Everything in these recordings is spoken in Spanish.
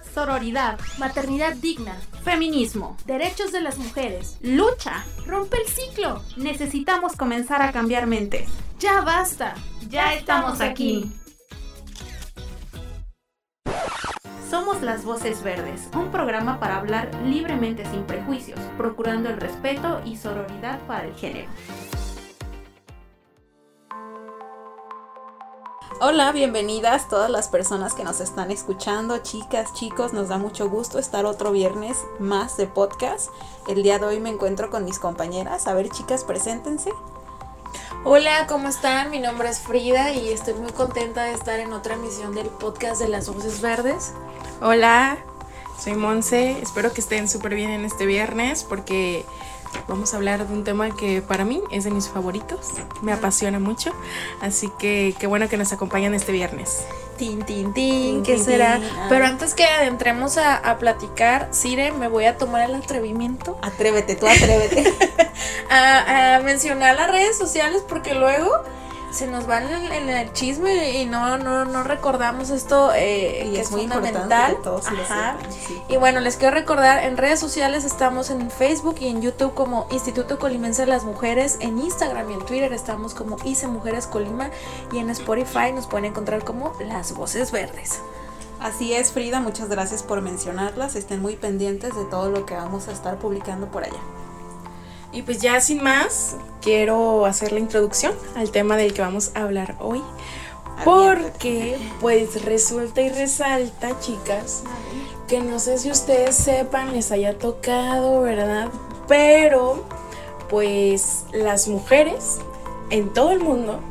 sororidad, maternidad digna, feminismo, derechos de las mujeres, lucha. rompe el ciclo. Necesitamos comenzar a cambiar mentes. ¡Ya basta! Ya estamos aquí. Somos Las Voces Verdes, un programa para hablar libremente sin prejuicios, procurando el respeto y sororidad para el género. Hola, bienvenidas todas las personas que nos están escuchando, chicas, chicos, nos da mucho gusto estar otro viernes más de podcast. El día de hoy me encuentro con mis compañeras. A ver, chicas, preséntense. Hola, ¿cómo están? Mi nombre es Frida y estoy muy contenta de estar en otra emisión del podcast de Las Voces Verdes. Hola, soy Monse, espero que estén súper bien en este viernes porque vamos a hablar de un tema que para mí es de mis favoritos, me apasiona mucho, así que qué bueno que nos acompañan este viernes. ¿Qué será? Pero antes que adentremos a platicar, Sire, me voy a tomar el atrevimiento. Atrévete, tú atrévete. a mencionar las redes sociales porque luego se nos va en el chisme y no recordamos esto que es muy fundamental. Que todos lo sepan, sí. Y bueno, les quiero recordar, en redes sociales estamos en Facebook y en YouTube como Instituto Colimense de las Mujeres, en Instagram y en Twitter estamos como ICE Mujeres Colima y en Spotify nos pueden encontrar como Las Voces Verdes. Así es, Frida, muchas gracias por mencionarlas, estén muy pendientes de todo lo que vamos a estar publicando por allá. Y pues ya sin más, quiero hacer la introducción al tema del que vamos a hablar hoy. Porque pues resulta y resalta, chicas, que no sé si ustedes sepan, les haya tocado, ¿verdad? Pero pues las mujeres en todo el mundo,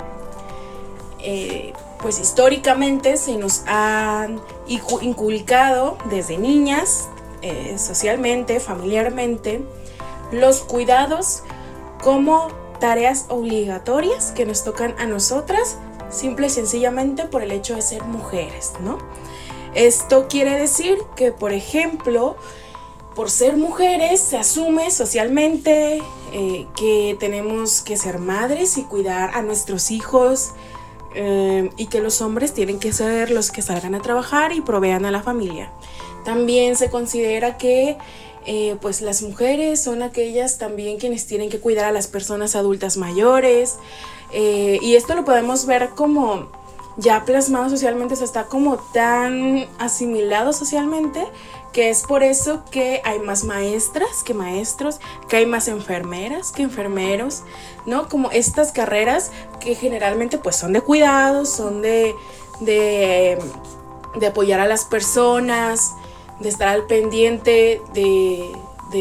pues históricamente se nos han inculcado desde niñas, socialmente, familiarmente, los cuidados como tareas obligatorias que nos tocan a nosotras, simple y sencillamente por el hecho de ser mujeres, ¿no? Esto quiere decir que, por ejemplo, por ser mujeres se asume socialmente que tenemos que ser madres y cuidar a nuestros hijos, y que los hombres tienen que ser los que salgan a trabajar y provean a la familia. También se considera que pues las mujeres son aquellas también quienes tienen que cuidar a las personas adultas mayores, y esto lo podemos ver como ya plasmado socialmente, o sea, está como tan asimilado socialmente que es por eso que hay más maestras que maestros, que hay más enfermeras que enfermeros, ¿no? Como estas carreras que generalmente pues son de cuidados, son de apoyar a las personas, de estar al pendiente de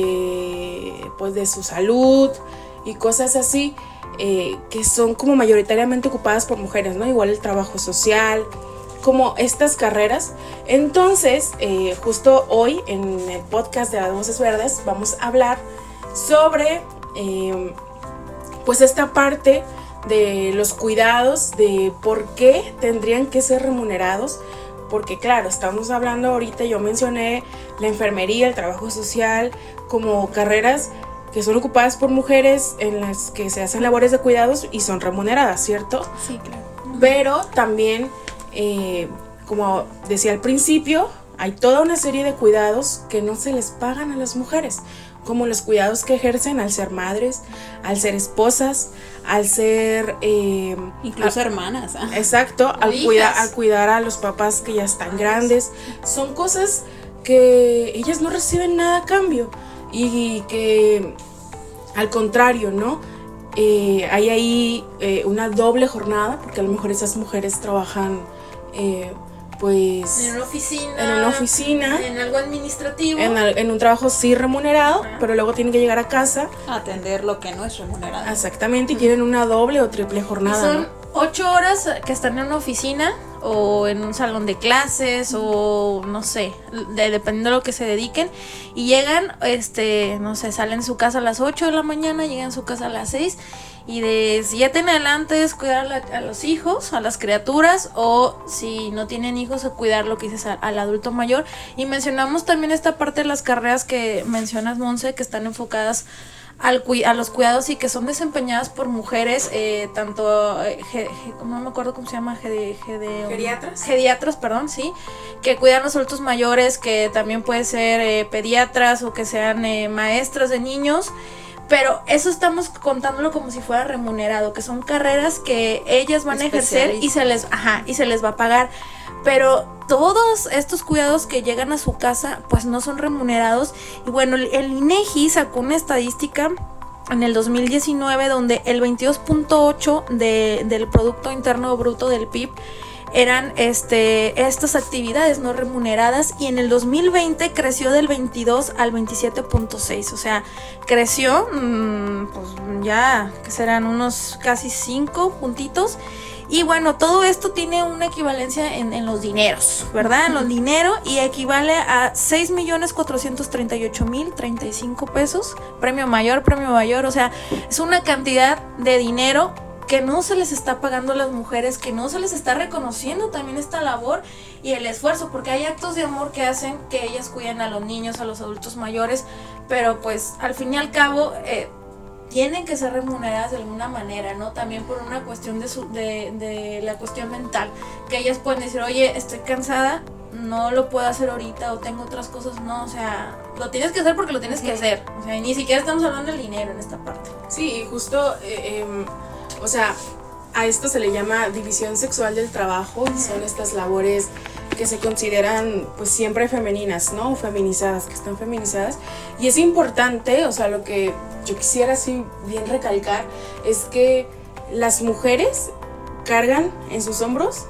su salud y cosas así, que son como mayoritariamente ocupadas por mujeres, ¿no? Igual el trabajo social, como estas carreras. Entonces, justo hoy en el podcast de Las Voces Verdes vamos a hablar sobre pues esta parte de los cuidados, de por qué tendrían que ser remunerados. Porque claro, estamos hablando ahorita, yo mencioné la enfermería, el trabajo social, como carreras que son ocupadas por mujeres en las que se hacen labores de cuidados y son remuneradas, ¿cierto? Sí, claro. Pero también, como decía al principio, hay toda una serie de cuidados que no se les pagan a las mujeres, como los cuidados que ejercen al ser madres, al ser esposas, al ser incluso hermanas. Exacto, al cuidar a los papás que ya están grandes. Son cosas que ellas no reciben nada a cambio y que al contrario, ¿no? Hay ahí una doble jornada, porque a lo mejor esas mujeres trabajan pues en una oficina, en algo administrativo, en un trabajo sí remunerado, pero luego tienen que llegar a casa a atender lo que no es remunerado. Exactamente, y tienen una doble o triple jornada. Y son 8 horas que están en una oficina o en un salón de clases o no sé, dependiendo de lo que se dediquen, y llegan, no sé, salen de su casa a las 8 de la mañana, llegan a su casa a las 6 y de 7 en adelante es cuidar a los hijos, a las criaturas, o si no tienen hijos, a cuidar lo que dices al adulto mayor. Y mencionamos también esta parte de las carreras que mencionas, Monse, que están enfocadas a los cuidados y que son desempeñadas por mujeres, tanto, no me acuerdo cómo se llama, ¿Geriatras? Geriatras, perdón, sí, que cuidan a los adultos mayores, que también puede ser pediatras o que sean maestras de niños. Pero eso estamos contándolo como si fuera remunerado, que son carreras que ellas van a ejercer y se les va a pagar. Pero todos estos cuidados que llegan a su casa, pues no son remunerados. Y bueno, el INEGI sacó una estadística en el 2019 donde el 22.8 del Producto Interno Bruto del PIB eran estas actividades no remuneradas, y en el 2020 creció del 22 al 27.6, o sea, creció pues ya que serán unos casi 5 puntitos. Y bueno, todo esto tiene una equivalencia en los dineros, ¿verdad? En los dineros, y equivale a 6,438,035 pesos, premio mayor, o sea, es una cantidad de dinero que no se les está pagando a las mujeres, que no se les está reconociendo también esta labor y el esfuerzo, porque hay actos de amor que hacen que ellas cuiden a los niños, a los adultos mayores, pero pues al fin y al cabo tienen que ser remuneradas de alguna manera, ¿no? También por una cuestión de la cuestión mental, que ellas pueden decir, oye, estoy cansada, no lo puedo hacer ahorita, o tengo otras cosas, no, o sea, lo tienes que hacer porque lo tienes que hacer, o sea, ni siquiera estamos hablando del dinero en esta parte. Sí, y justo, o sea, a esto se le llama división sexual del trabajo, y son estas labores que se consideran pues siempre femeninas, ¿no? Feminizadas, que están feminizadas. Y es importante, o sea, lo que yo quisiera así bien recalcar es que las mujeres cargan en sus hombros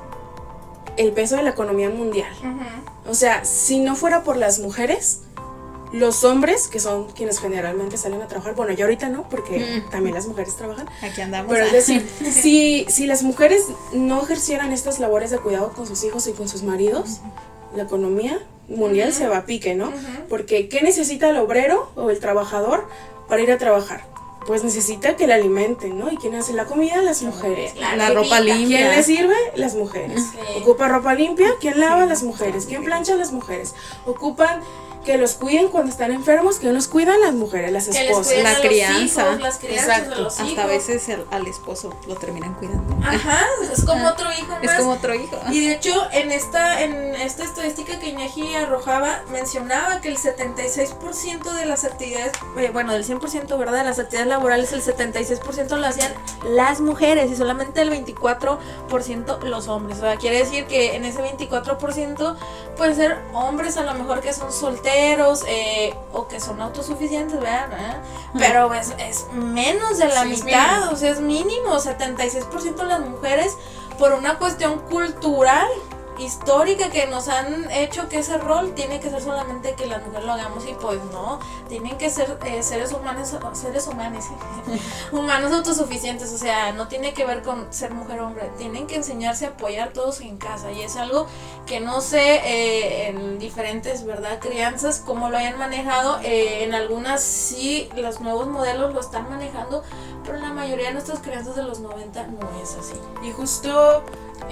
el peso de la economía mundial. O sea, si no fuera por las mujeres, los hombres, que son quienes generalmente salen a trabajar, bueno, yo ahorita no, porque también las mujeres trabajan. Aquí andamos. Pero es decir, si las mujeres no ejercieran estas labores de cuidado con sus hijos y con sus maridos, la economía mundial se va a pique, ¿no? Porque ¿qué necesita el obrero o el trabajador para ir a trabajar? Pues necesita que le alimenten, ¿no? ¿Y quién hace la comida? Las mujeres. La ropa limpia. ¿Quién le sirve? Las mujeres. ¿Ocupa ropa limpia? ¿Quién lava? Las mujeres. ¿Quién plancha? Las mujeres. Ocupan que los cuiden cuando están enfermos, que los cuidan las mujeres, las esposas. La crianza. Hijos, las crianzas de los hijos. Hasta a veces al esposo lo terminan cuidando. Ajá, es como otro hijo más. Es como otro hijo. Y de hecho, en esta estadística que INEGI arrojaba, mencionaba que el 76% de las actividades, bueno, del 100%, ¿verdad? De las actividades laborales, el 76% lo hacían las mujeres y solamente el 24% los hombres. O sea, quiere decir que en ese 24% pueden ser hombres a lo mejor que son solteros, o que son autosuficientes, ¿verdad? Pero es menos de la mitad, o sea, es mínimo, 76% de las mujeres, por una cuestión cultural, histórica, que nos han hecho que ese rol tiene que ser solamente que las mujeres lo hagamos, y pues no, tienen que ser seres humanos humanos autosuficientes, o sea, no tiene que ver con ser mujer o hombre, tienen que enseñarse a apoyar todos en casa, y es algo que no sé en diferentes, ¿verdad?, crianzas cómo lo hayan manejado. En algunas sí, los nuevos modelos lo están manejando, pero en la mayoría de nuestras crianzas de los 90 no es así. Y justo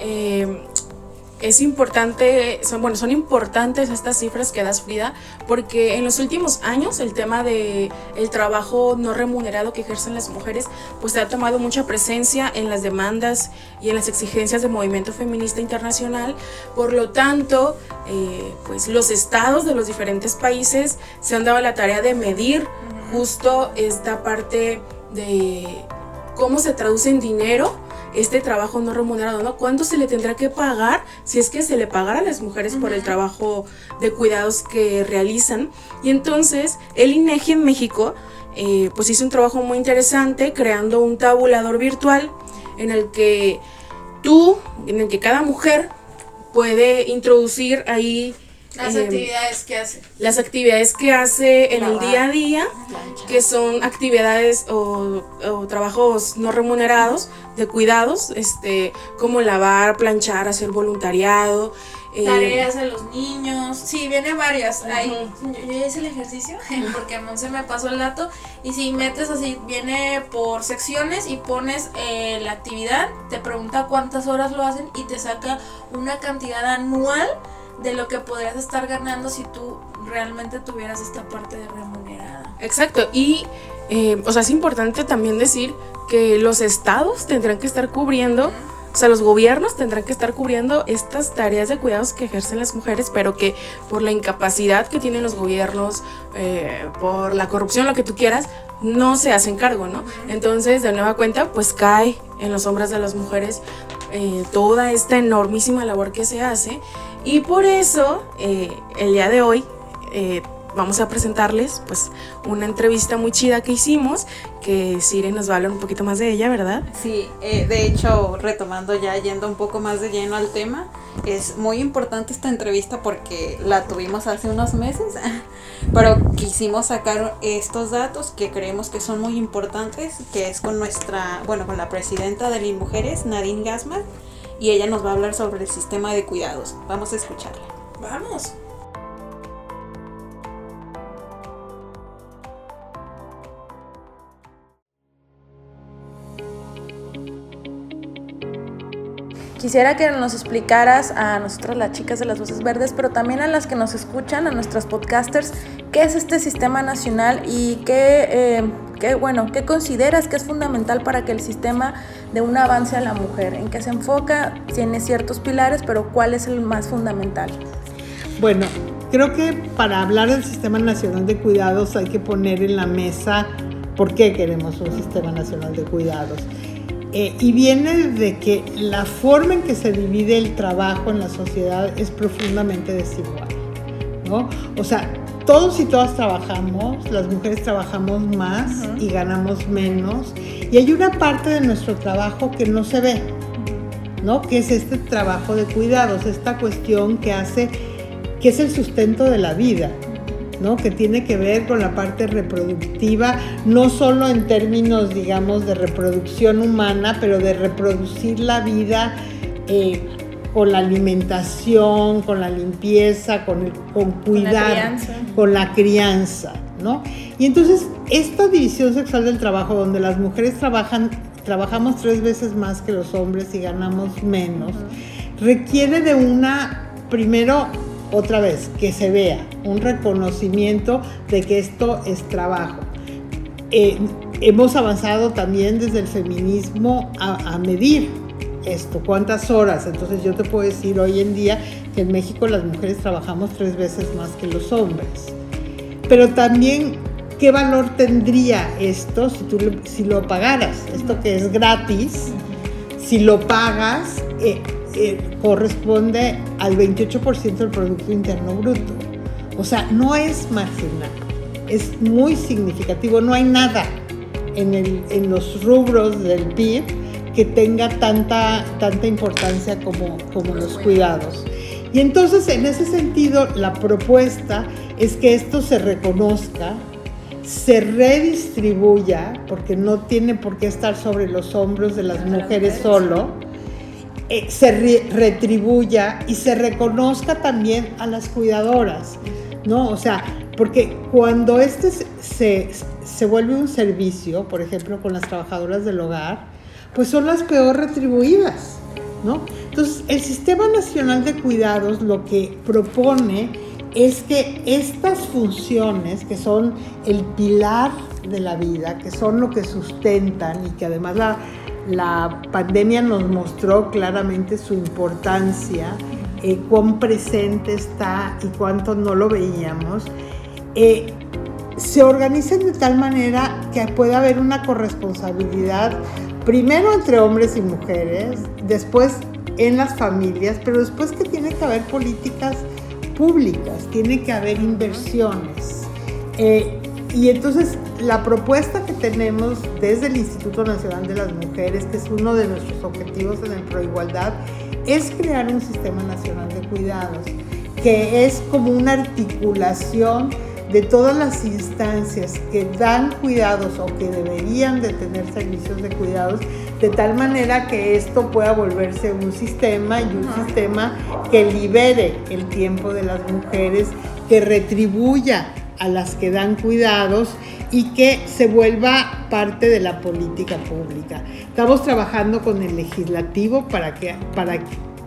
es importante, son importantes estas cifras que das, Frida, porque en los últimos años el tema de el trabajo no remunerado que ejercen las mujeres pues ha tomado mucha presencia en las demandas y en las exigencias del movimiento feminista internacional. Por lo tanto, pues los estados de los diferentes países se han dado la tarea de medir justo esta parte de cómo se traduce en dinero este trabajo no remunerado, ¿no? ¿Cuánto se le tendrá que pagar si es que se le pagara a las mujeres por el trabajo de cuidados que realizan? Y entonces el INEGI en México pues hizo un trabajo muy interesante creando un tabulador virtual en el que cada mujer puede introducir ahí las actividades que hace. Las actividades que hace en el día a día, que son actividades o trabajos no remunerados de cuidados, como lavar, planchar, hacer voluntariado. Tareas de los niños, sí, viene varias. Yo ya hice el ejercicio porque a Monse me pasó el dato, y si metes así, viene por secciones y pones la actividad, te pregunta cuántas horas lo hacen y te saca una cantidad anual de lo que podrías estar ganando si tú realmente tuvieras esta parte de remunerada. Exacto, y O sea, es importante también decir que los estados tendrán que estar cubriendo, o sea, los gobiernos tendrán que estar cubriendo estas tareas de cuidados que ejercen las mujeres, pero que por la incapacidad que tienen los gobiernos, por la corrupción, lo que tú quieras, no se hacen cargo, ¿no? Entonces, de nueva cuenta, pues cae en los hombros de las mujeres toda esta enormísima labor que se hace, y por eso el día de hoy vamos a presentarles pues una entrevista muy chida que hicimos, que Sire nos va a hablar un poquito más de ella, ¿verdad? Sí, de hecho, retomando ya, yendo un poco más de lleno al tema, es muy importante esta entrevista porque la tuvimos hace unos meses, pero quisimos sacar estos datos que creemos que son muy importantes, que es con con la presidenta de Linmujeres, Nadine Gassman, y ella nos va a hablar sobre el sistema de cuidados. Vamos a escucharla. Vamos. Quisiera que nos explicaras a nosotros, las chicas de las Voces Verdes, pero también a las que nos escuchan, a nuestras podcasters, qué es este sistema nacional y qué consideras que es fundamental para que el sistema dé un avance a la mujer, en qué se enfoca, tiene ciertos pilares, pero cuál es el más fundamental. Bueno, creo que para hablar del Sistema Nacional de Cuidados hay que poner en la mesa por qué queremos un Sistema Nacional de Cuidados. Y viene de que la forma en que se divide el trabajo en la sociedad es profundamente desigual, ¿no? O sea, todos y todas trabajamos, las mujeres trabajamos más y ganamos menos, y hay una parte de nuestro trabajo que no se ve, ¿no? Que es este trabajo de cuidados, esta cuestión que es el sustento de la vida, ¿no? Que tiene que ver con la parte reproductiva, no solo en términos, digamos, de reproducción humana, pero de reproducir la vida con la alimentación, con la limpieza, con cuidar, con la crianza, ¿no? Y entonces, esta división sexual del trabajo, donde las mujeres trabajamos 3 veces más que los hombres y ganamos menos, requiere de primero, otra vez, que se vea un reconocimiento de que esto es trabajo. Hemos avanzado también desde el feminismo a medir esto, cuántas horas. Entonces yo te puedo decir hoy en día que en México las mujeres trabajamos 3 veces más que los hombres. Pero también, ¿qué valor tendría esto si lo pagaras? Esto que es gratis, si lo pagas, corresponde al 28% del Producto Interno Bruto. O sea, no es marginal, es muy significativo. No hay nada en los rubros del PIB que tenga tanta importancia como los cuidados. Y entonces, en ese sentido, la propuesta es que esto se reconozca, se redistribuya, porque no tiene por qué estar sobre los hombros de las mujeres solo, se retribuya y se reconozca también a las cuidadoras, ¿no? O sea, porque cuando se vuelve un servicio, por ejemplo, con las trabajadoras del hogar, pues son las peor retribuidas, ¿no? Entonces, el Sistema Nacional de Cuidados lo que propone es que estas funciones, que son el pilar de la vida, que son lo que sustentan y que además la pandemia nos mostró claramente su importancia, cuán presente está y cuánto no lo veíamos, se organizan de tal manera que pueda haber una corresponsabilidad, primero entre hombres y mujeres, después en las familias, pero después que tiene que haber políticas públicas, tiene que haber inversiones. Y entonces la propuesta que tenemos desde el Instituto Nacional de las Mujeres, que es uno de nuestros objetivos en el Proigualdad, es crear un Sistema Nacional de Cuidados, que es como una articulación de todas las instancias que dan cuidados o que deberían de tener servicios de cuidados, de tal manera que esto pueda volverse un sistema, y un sistema que libere el tiempo de las mujeres, que retribuya a las que dan cuidados y que se vuelva parte de la política pública. Estamos trabajando con el legislativo para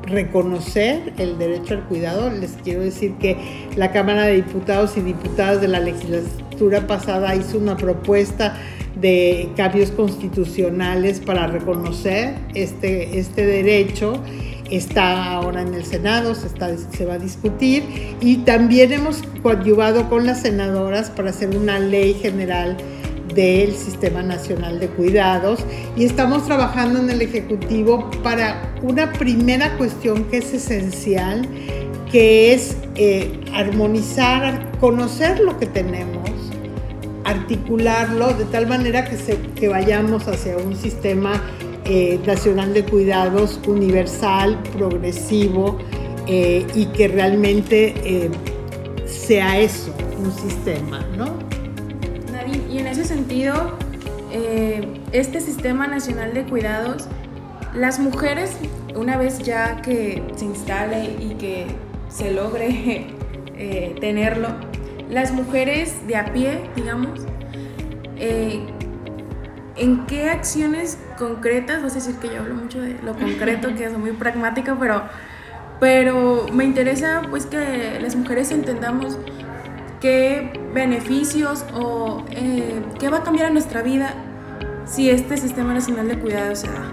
reconocer el derecho al cuidado. Les quiero decir que la Cámara de Diputados y Diputadas de la legislatura pasada hizo una propuesta de cambios constitucionales para reconocer este derecho. Está ahora en el Senado, se va a discutir, y también hemos coadyuvado con las senadoras para hacer una ley general del Sistema Nacional de Cuidados, y estamos trabajando en el Ejecutivo para una primera cuestión que es esencial, que es armonizar, conocer lo que tenemos, articularlo de tal manera que vayamos hacia un sistema nacional de cuidados universal, progresivo, y que realmente sea eso, un sistema, ¿no? Nadine, y en ese sentido, este Sistema Nacional de Cuidados, las mujeres, una vez ya que se instale y que se logre tenerlo, las mujeres de a pie, digamos, ¿en qué acciones concretas? Vas a decir que yo hablo mucho de lo concreto, que es muy pragmática, pero me interesa pues que las mujeres entendamos qué beneficios o qué va a cambiar en nuestra vida si este Sistema Nacional de Cuidados se da.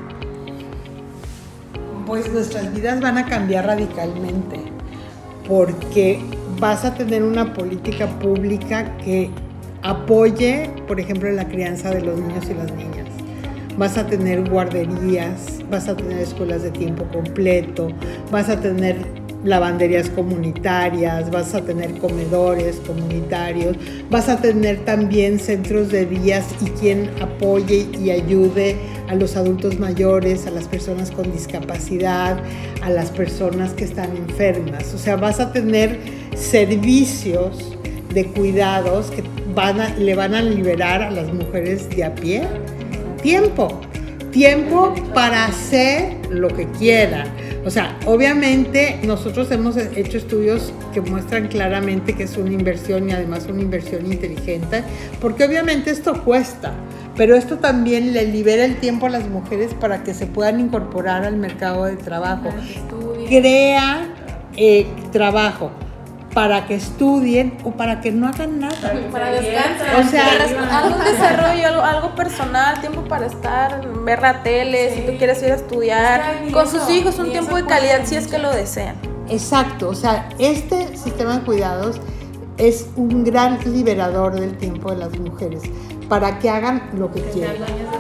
Pues nuestras vidas van a cambiar radicalmente, porque vas a tener una política pública que apoye, por ejemplo, la crianza de los niños y las niñas. Vas a tener guarderías, vas a tener escuelas de tiempo completo, vas a tener lavanderías comunitarias, vas a tener comedores comunitarios, vas a tener también centros de días y quien apoye y ayude a los adultos mayores, a las personas con discapacidad, a las personas que están enfermas. O sea, vas a tener servicios de cuidados que le van a liberar a las mujeres de a pie tiempo para hacer lo que quieran. O sea, obviamente nosotros hemos hecho estudios que muestran claramente que es una inversión, y además una inversión inteligente, porque obviamente esto cuesta, pero esto también le libera el tiempo a las mujeres para que se puedan incorporar al mercado de trabajo. Crea trabajo para que estudien o para que no hagan nada. Para descansar. O sea, algún desarrollo, algo personal, tiempo para estar, ver la tele, si tú quieres ir a estudiar, con sus hijos, un tiempo de calidad si es que lo desean. Exacto, o sea, este sistema de cuidados es un gran liberador del tiempo de las mujeres para que hagan lo que quieran.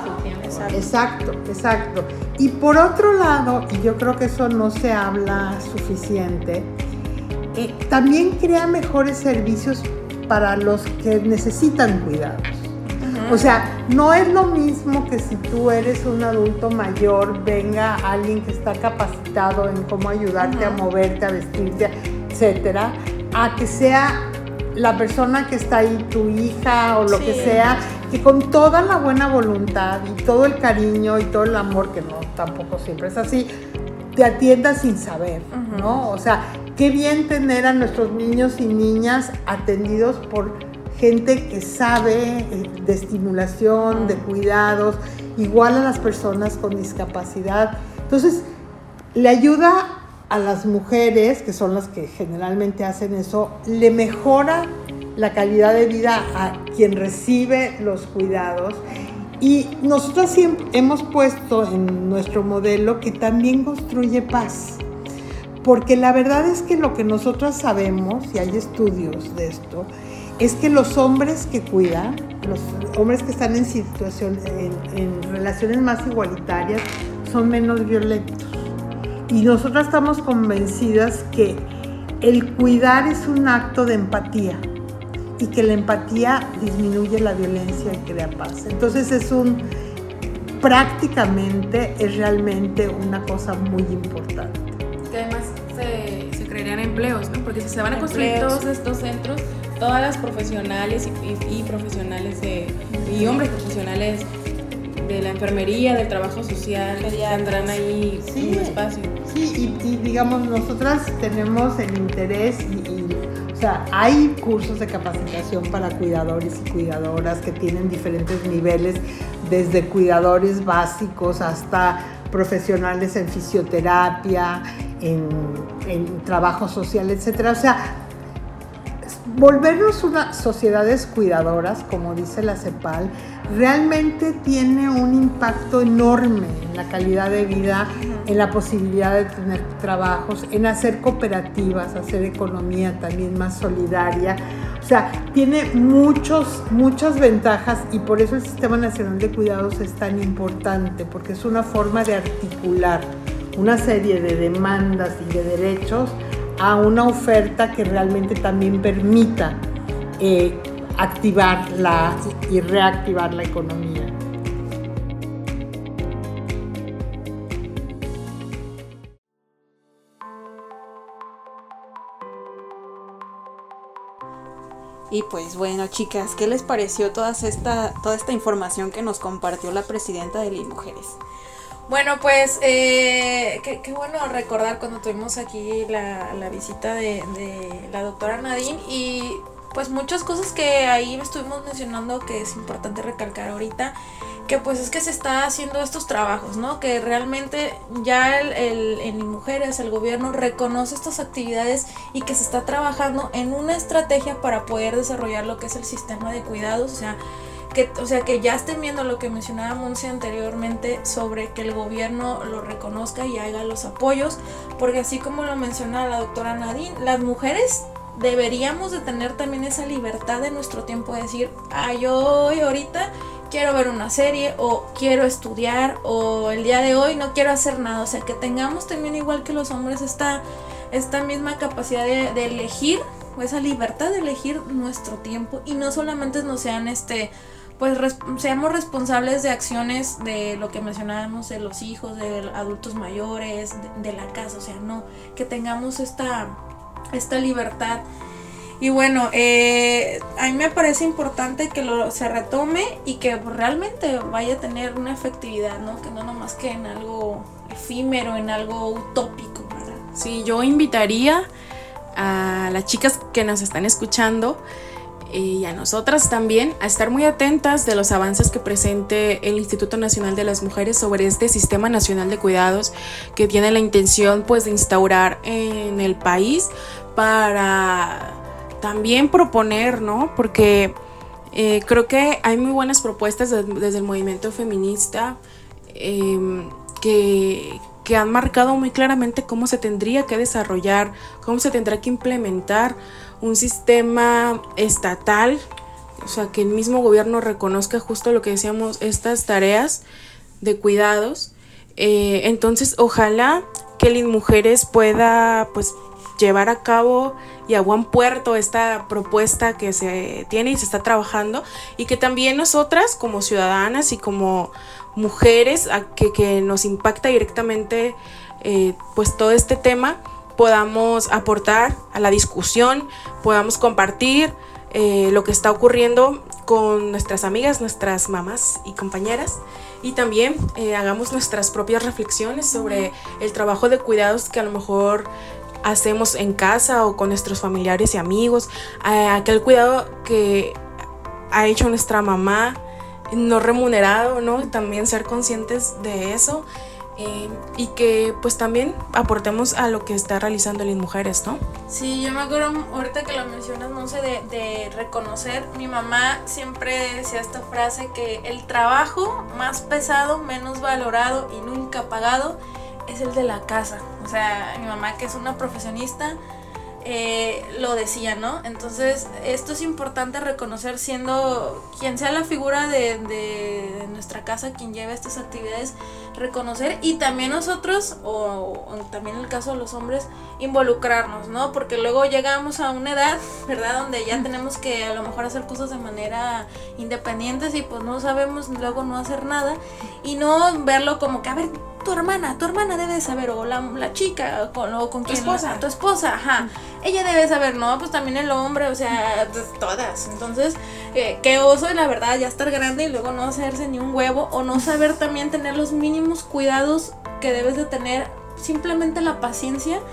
Exacto. Y por otro lado, y yo creo que eso no se habla suficiente, también crea mejores servicios para los que necesitan cuidados. O sea, no es lo mismo que si tú eres un adulto mayor, venga alguien que está capacitado en cómo ayudarte a moverte, a vestirte, etcétera, a que sea la persona que está ahí, tu hija o lo que sea, que con toda la buena voluntad y todo el cariño y todo el amor, que no, tampoco siempre es así, te atienda sin saber, ¿no? O sea, qué bien tener a nuestros niños y niñas atendidos por gente que sabe de estimulación, de cuidados, igual a las personas con discapacidad. Entonces, le ayuda a las mujeres, que son las que generalmente hacen eso, le mejora la calidad de vida a quien recibe los cuidados. Y nosotros siempre hemos puesto en nuestro modelo que también construye paz. Porque la verdad es que lo que nosotros sabemos, y hay estudios de esto, es que los hombres que cuidan, los hombres que están en relaciones más igualitarias, son menos violentos. Y nosotras estamos convencidas que el cuidar es un acto de empatía y que la empatía disminuye la violencia y crea paz. Entonces prácticamente es realmente una cosa muy importante. Que además se crearían empleos, ¿no? Porque si se van a construir todos estos centros, todas las profesionales y profesionales y hombres profesionales de la enfermería, del trabajo social, tendrán ahí un espacio. Sí, y digamos, nosotras tenemos el interés o sea, hay cursos de capacitación para cuidadores y cuidadoras que tienen diferentes niveles, desde cuidadores básicos hasta profesionales en fisioterapia, en trabajo social, etcétera. O sea, volvernos unas sociedades cuidadoras, como dice la CEPAL, realmente tiene un impacto enorme en la calidad de vida, en la posibilidad de tener trabajos, en hacer cooperativas, hacer economía también más solidaria. O sea, tiene muchas ventajas, y por eso el Sistema Nacional de Cuidados es tan importante, porque es una forma de articular una serie de demandas y de derechos a una oferta que realmente también permita activarla y reactivar la economía. Y pues bueno, chicas, ¿qué les pareció toda esta información que nos compartió la presidenta de Linmujeres? Bueno, pues qué bueno recordar cuando tuvimos aquí la visita de la doctora Nadine, y pues muchas cosas que ahí estuvimos mencionando que es importante recalcar ahorita, que pues es que se está haciendo estos trabajos, ¿no? Que realmente ya en Mujeres el gobierno reconoce estas actividades y que se está trabajando en una estrategia para poder desarrollar lo que es el sistema de cuidados, o sea que ya estén viendo lo que mencionaba Monse anteriormente sobre que el gobierno lo reconozca y haga los apoyos, porque así como lo menciona la doctora Nadine, las mujeres deberíamos de tener también esa libertad de nuestro tiempo de decir, yo hoy ahorita quiero ver una serie, o quiero estudiar, o el día de hoy no quiero hacer nada. O sea, que tengamos también, igual que los hombres, esta misma capacidad de elegir, o esa libertad de elegir nuestro tiempo, y no solamente nos sean seamos responsables de acciones de lo que mencionábamos, de los hijos, de adultos mayores, de la casa. O sea, no, que tengamos esta libertad. Y bueno, a mí me parece importante que se retome y que realmente vaya a tener una efectividad, ¿no? Que no nomás que en algo efímero, en algo utópico, ¿verdad? Sí, yo invitaría a las chicas que nos están escuchando y a nosotras también a estar muy atentas de los avances que presente el Instituto Nacional de las Mujeres sobre este Sistema Nacional de Cuidados que tiene la intención pues de instaurar en el país, para también proponer, ¿no? Porque creo que hay muy buenas propuestas desde el movimiento feminista que han marcado muy claramente cómo se tendría que desarrollar, cómo se tendrá que implementar un sistema estatal, o sea, que el mismo gobierno reconozca justo lo que decíamos, estas tareas de cuidados. Entonces, ojalá que Linmujeres pueda pues llevar a cabo y a buen puerto esta propuesta que se tiene y se está trabajando, y que también nosotras como ciudadanas y como mujeres que nos impacta directamente pues todo este tema, podamos aportar a la discusión, podamos compartir lo que está ocurriendo con nuestras amigas, nuestras mamás y compañeras, y también hagamos nuestras propias reflexiones sobre el trabajo de cuidados que a lo mejor hacemos en casa o con nuestros familiares y amigos, aquel cuidado que ha hecho nuestra mamá no remunerado, ¿no? También ser conscientes de eso, y que pues también aportemos a lo que está realizando Linmujeres, ¿no? Sí, yo me acuerdo ahorita que lo mencionas, no sé, de reconocer. Mi mamá siempre decía esta frase, que el trabajo más pesado, menos valorado y nunca pagado es el de la casa. O sea, mi mamá, que es una profesionista, lo decía, ¿no? Entonces, esto es importante reconocer, siendo quien sea la figura de nuestra casa, quien lleve estas actividades, reconocer, y también nosotros, o también en el caso de los hombres, involucrarnos, ¿no? Porque luego llegamos a una edad, ¿verdad?, donde ya tenemos que a lo mejor hacer cosas de manera independientes, y pues no sabemos luego no hacer nada, y no verlo como que, a ver, tu hermana debe saber, o la chica, o con quién, tu esposa, ajá, ella debe saber, no, pues también el hombre, o sea, pues todas. Entonces, qué oso, la verdad, ya estar grande y luego no hacerse ni un huevo, o no saber también tener los mínimos cuidados que debes de tener, simplemente la paciencia,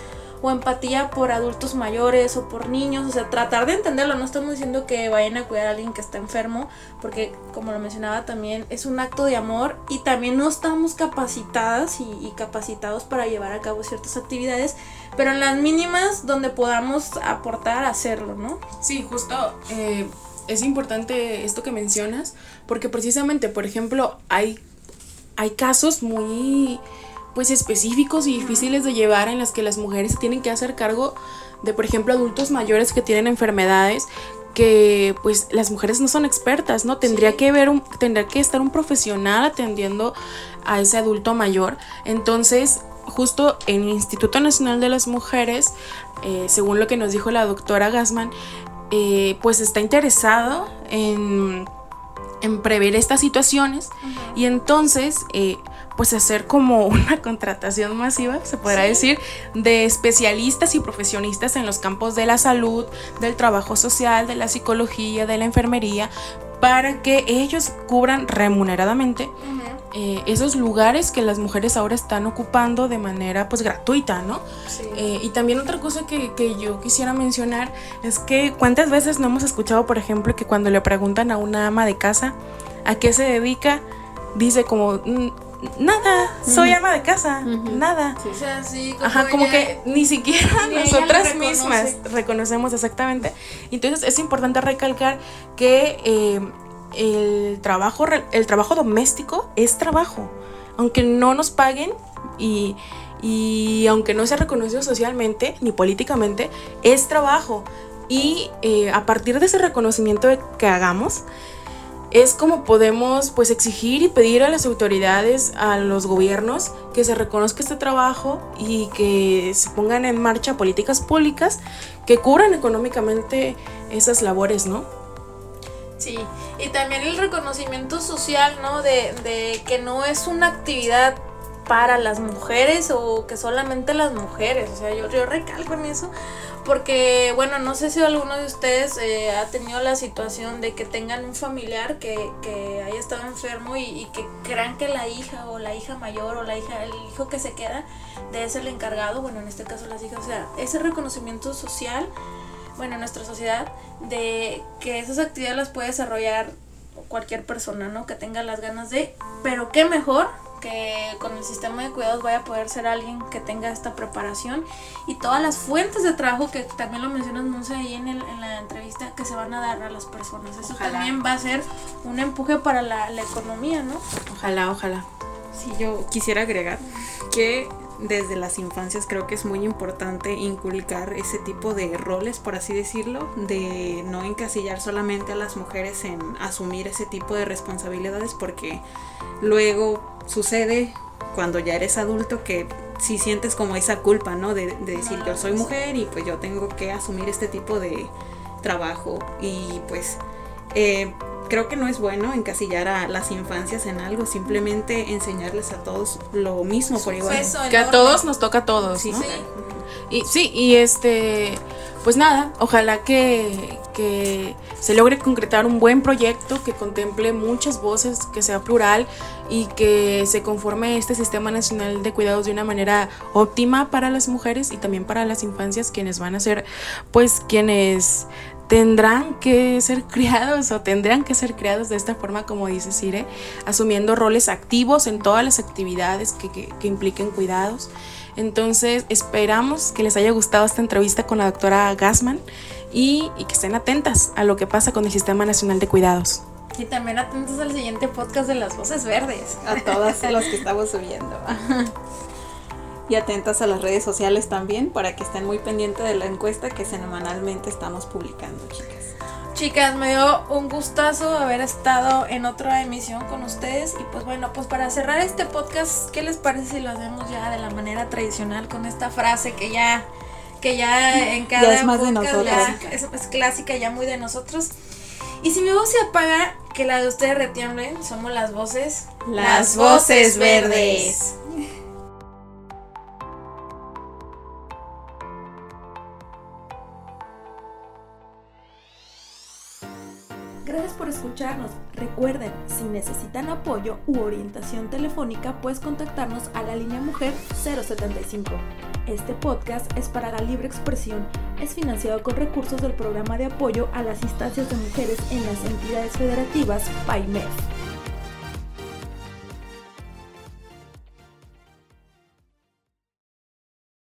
o empatía por adultos mayores o por niños, o sea, tratar de entenderlo. No estamos diciendo que vayan a cuidar a alguien que está enfermo, porque como lo mencionaba también, es un acto de amor y también no estamos capacitadas y capacitados para llevar a cabo ciertas actividades, pero en las mínimas donde podamos aportar, hacerlo, ¿no? Sí, justo es importante esto que mencionas, porque precisamente, por ejemplo, hay casos muy pues específicos y difíciles de llevar en las que las mujeres se tienen que hacer cargo de, por ejemplo, adultos mayores que tienen enfermedades que pues las mujeres no son expertas, ¿no? Tendría que estar un profesional atendiendo a ese adulto mayor. Entonces, justo en el Instituto Nacional de las Mujeres, según lo que nos dijo la doctora Gassman, pues está interesado en prever estas situaciones y entonces pues hacer como una contratación masiva, se podrá decir, de especialistas y profesionistas en los campos de la salud, del trabajo social, de la psicología, de la enfermería, para que ellos cubran remuneradamente esos lugares que las mujeres ahora están ocupando de manera pues gratuita, ¿no? Sí. Y también otra cosa que yo quisiera mencionar es que cuántas veces no hemos escuchado, por ejemplo, que cuando le preguntan a una ama de casa a qué se dedica, dice como nada, soy ama de casa, nada. Sí. O sea, sí, como que ni siquiera nosotras mismas reconocemos exactamente. Entonces es importante recalcar que el trabajo doméstico es trabajo, aunque no nos paguen y aunque no sea reconocido socialmente ni políticamente, es trabajo. Y a partir de ese reconocimiento que hagamos, es como podemos pues exigir y pedir a las autoridades, a los gobiernos, que se reconozca este trabajo y que se pongan en marcha políticas públicas que cubran económicamente esas labores, ¿no? Sí, y también el reconocimiento social, ¿no? De que no es una actividad para las mujeres o que solamente las mujeres, o sea, yo recalco en eso, porque, bueno, no sé si alguno de ustedes ha tenido la situación de que tengan un familiar que haya estado enfermo y que crean que la hija o la hija mayor o el hijo que se queda de ese el encargado, bueno, en este caso las hijas, o sea, ese reconocimiento social, bueno, en nuestra sociedad, de que esas actividades las puede desarrollar cualquier persona, ¿no? Que tenga las ganas de, pero qué mejor que con el sistema de cuidados vaya a poder ser alguien que tenga esta preparación y todas las fuentes de trabajo que también lo mencionas, Monse, ahí en la entrevista, que se van a dar a las personas. Eso ojalá. También va a ser un empuje para la economía, ¿no? Ojalá. Sí, yo quisiera agregar que desde las infancias creo que es muy importante inculcar ese tipo de roles, por así decirlo, de no encasillar solamente a las mujeres en asumir ese tipo de responsabilidades, porque luego sucede cuando ya eres adulto que sí sientes como esa culpa, ¿no? De decir yo soy mujer y pues yo tengo que asumir este tipo de trabajo y pues creo que no es bueno encasillar a las infancias en algo, simplemente enseñarles a todos lo mismo por igual. Que a todos nos toca a todos, sí, ¿no? Sí. Y pues nada, ojalá que se logre concretar un buen proyecto que contemple muchas voces, que sea plural y que se conforme este Sistema Nacional de Cuidados de una manera óptima para las mujeres y también para las infancias, quienes van a ser pues quienes tendrán que ser criados de esta forma, como dice Cire, asumiendo roles activos en todas las actividades que impliquen cuidados. Entonces esperamos que les haya gustado esta entrevista con la doctora Gassman y que estén atentas a lo que pasa con el Sistema Nacional de Cuidados. Y también atentos al siguiente podcast de Las Voces Verdes. A todas las que estamos subiendo. Y atentas a las redes sociales también para que estén muy pendientes de la encuesta que semanalmente estamos publicando, chicas. Chicas, me dio un gustazo haber estado en otra emisión con ustedes. Y pues bueno, pues para cerrar este podcast, ¿qué les parece si lo hacemos ya de la manera tradicional con esta frase que ya en cada ya es más podcast de nosotros. Es clásica, ya muy de nosotros? Y si mi voz se apaga, que la de ustedes retiemble, somos las voces verdes. Gracias por escucharnos. Recuerden, si necesitan apoyo u orientación telefónica, puedes contactarnos a la línea Mujer 075. Este podcast es para la libre expresión. Es financiado con recursos del Programa de Apoyo a las Instancias de Mujeres en las Entidades Federativas PAIMEF.